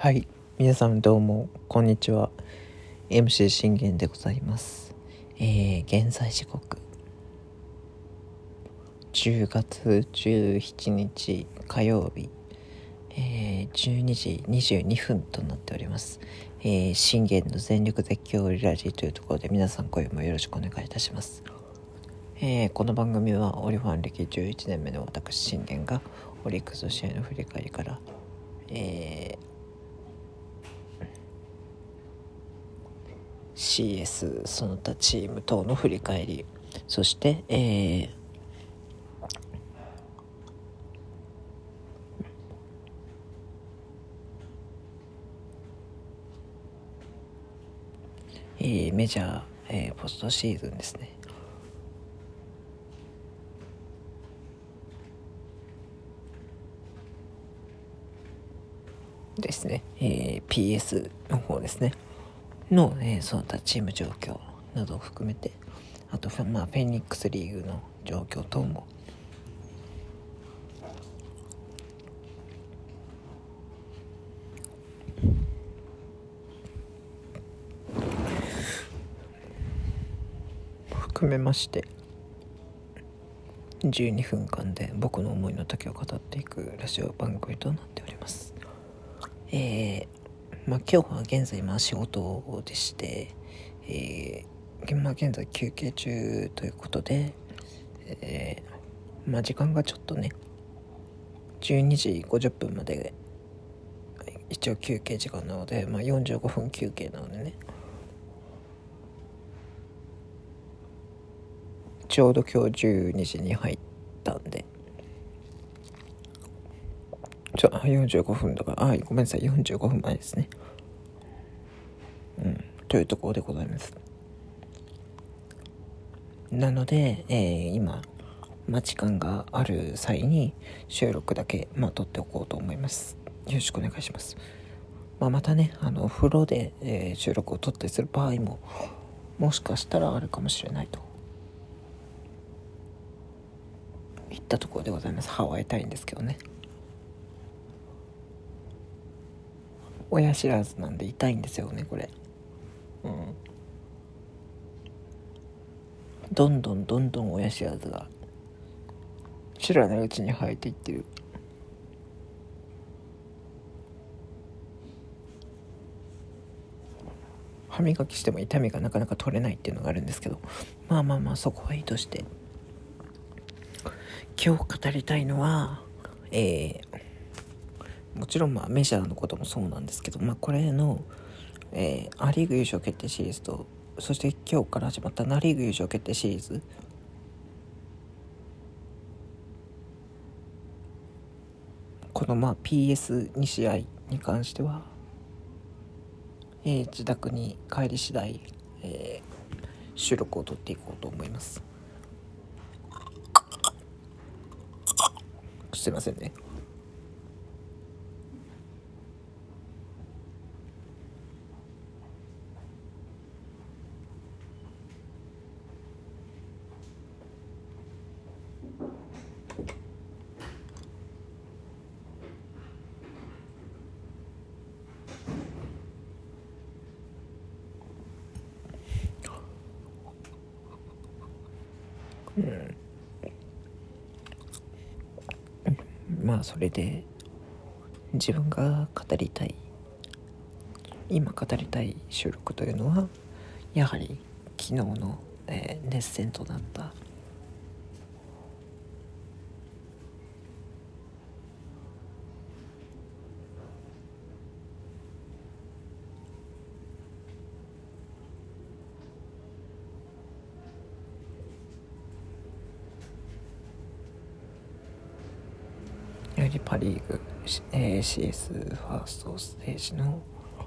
はい、皆さんどうもこんにちは。 MC 信玄でございます。現在時刻10月17日火曜日、12時22分となっております。信玄の全力絶叫ラジというところで皆さん今夜もよろしくお願いいたします。この番組はオリファン歴11年目の私信玄がオリックス試合の振り返りから、CS その他チーム等の振り返り、そして、メジャー、ポストシーズンですね。PS の方ですねの、その他チーム状況などを含めて、あとフェニックスリーグの状況等も含めまして12分間で僕の思いの丈を語っていくラジオ番組となっております。今日は現在仕事でして、現在休憩中ということで、時間がちょっとね12時50分まで一応休憩時間なので、45分休憩なのでね、ちょうど今日12時に入ったんで、45分とか、ごめんなさい、45分前ですね。というところでございます。なので、今時間がある際に収録だけ撮っておこうと思います。よろしくお願いします。またね、風呂で、収録を撮ったりする場合ももしかしたらあるかもしれないといったところでございます。歯を得たいんですけどね。親知らずなんで痛いんですよねこれ。どんどん親知らずが知らないうちに生えていってる。歯磨きしても痛みがなかなか取れないっていうのがあるんですけど、そこはいいとして、今日語りたいのは、もちろんメジャーのこともそうなんですけど、これの、ア・リーグ優勝決定シリーズと、そして今日から始まったナ・リーグ優勝決定シリーズ、このPS2 試合に関しては、自宅に帰り次第、収録を撮っていこうと思います。すいませんね。それで自分が今語りたい収録というのは、やはり昨日の、熱戦となったやはりパ・リーグ、CS ファーストステージの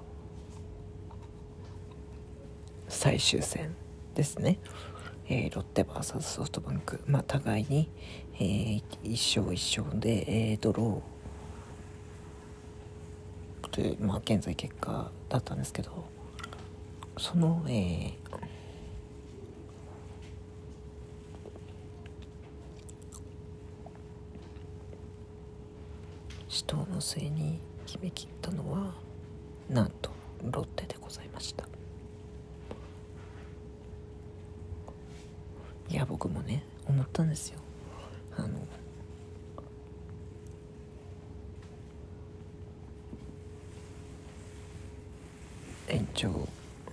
最終戦ですね。ロッテ VS ソフトバンク、互いに、1勝1勝で、ドローという、現在結果だったんですけど、その、死闘の末に決めきったのはなんとロッテでございました。いや僕もね思ったんですよ。延長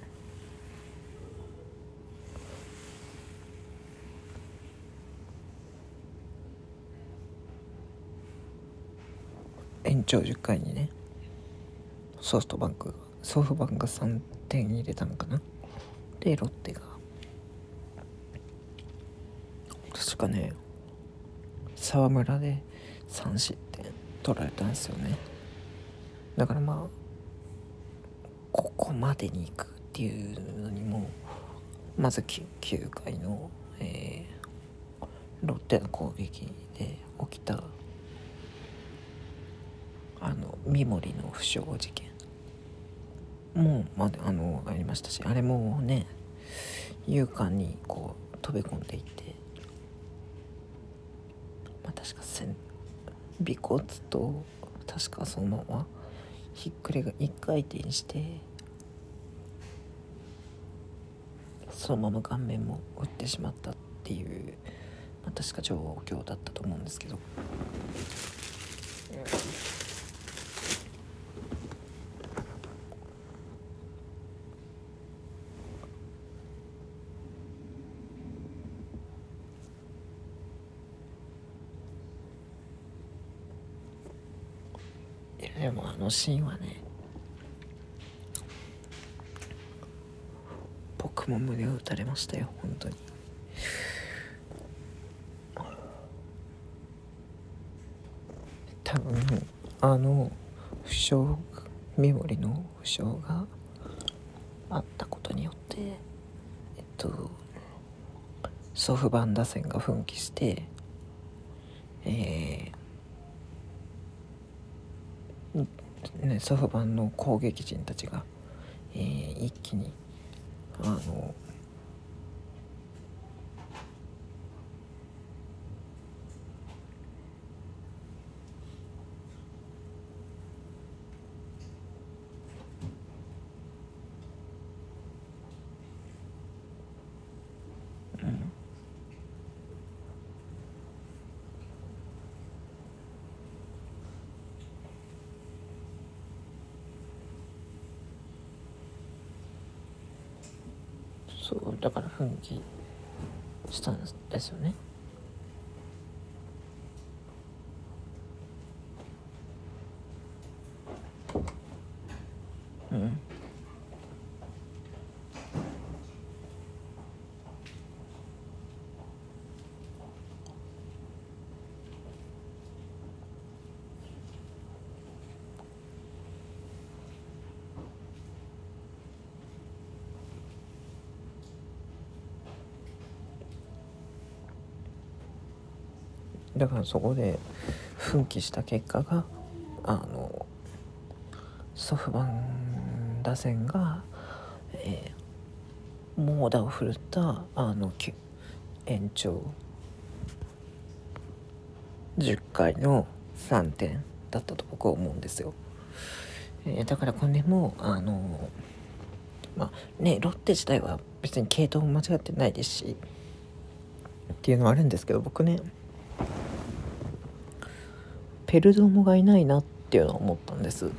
10回にねソフトバンクが3点入れたのかな。でロッテが確かね沢村で3失点取られたんですよね。だからまあここまでに行くっていうのにもまず 9回の、ロッテの攻撃で起きた三森の負傷事件もありましたし、あれもね勇敢にこう飛び込んでいって、確か尾骨と確かそのままひっくりが1回転してそのまま顔面も打ってしまったっていう、確か状況だったと思うんですけど、でもあのシーンはね僕も胸を打たれましたよ本当に。多分三森の負傷があったことによってソフバン打線が奮起してソフバンの攻撃陣たちが、一気にそうだから奮起したんですよね。だからそこで奮起した結果がソフバン打線が、猛打を振るった延長10回の3点だったと僕は思うんですよ。だからこれもロッテ自体は別に系統も間違ってないですしっていうのはあるんですけど、僕ねペルドモがいないなっていうのは思ったんです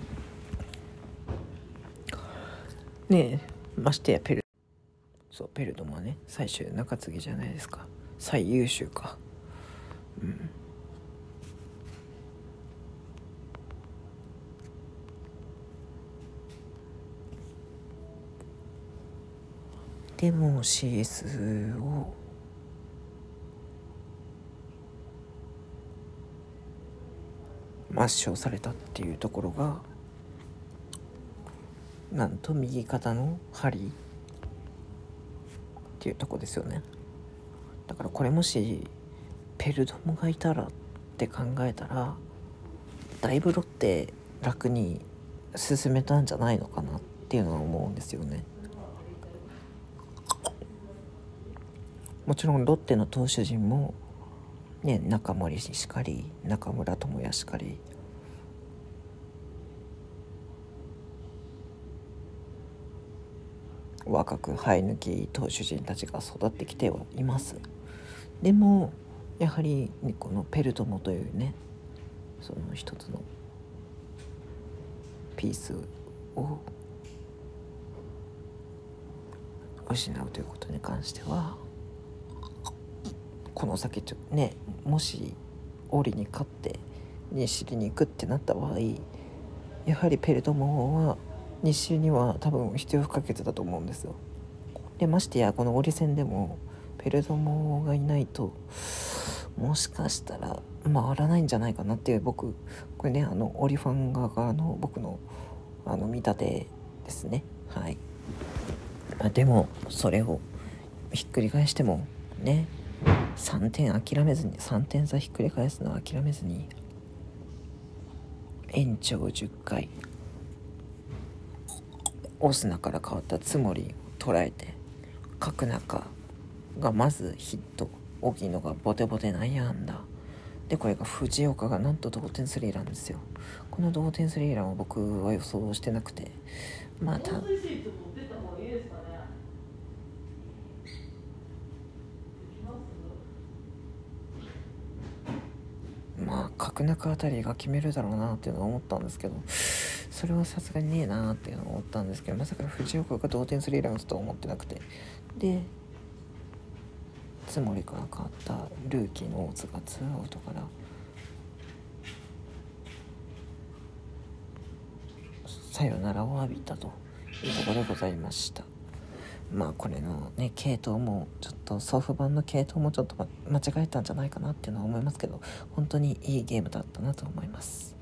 ね。ましてやペルドモはね最終中継ぎじゃないですか。最優秀か。でも CS を抹消されたっていうところがなんと右肩の針っていうとこですよね。だからこれもしペルドモがいたらって考えたらだいぶロッテ楽に進めたんじゃないのかなっていうのは思うんですよね。もちろんロッテの投手陣もね、中森しかり中村智也しかり若く生え抜き投手陣たちが育ってきてはいます。でもやはりこのペルトモというね、その一つのピースを失うということに関しては、この先ね、もしオリに勝って西に行くってなった場合、やはりペルトモは西には多分必要不可欠だと思うんですよ。でましてやこのオリ戦でもペルトモがいないともしかしたら回らないんじゃないかなっていう、僕これねオリファン側からの僕の見立てですね。はい。でもそれをひっくり返してもね、3点差ひっくり返すのは諦めずに、延長10回オスナから変わった津森を捉えて、角中がまずヒット、荻野がボテボテ内野安打で、これが藤岡がなんと同点スリーランですよ。この同点スリーランを僕は予想してなくて、まあ角中あたりが決めるだろうなっていうのは思ったんですけど、それはさすがにねえなっていうのを思ったんですけど、まさか藤岡が同点スリーラン打つとは思ってなくて、で津森から変わったルーキーの大津がツーアウトからサヨナラを浴びたというところでございました。これのね系統もちょっとソフトバンの系統もちょっと間違えたんじゃないかなっていうのは思いますけど、本当にいいゲームだったなと思います。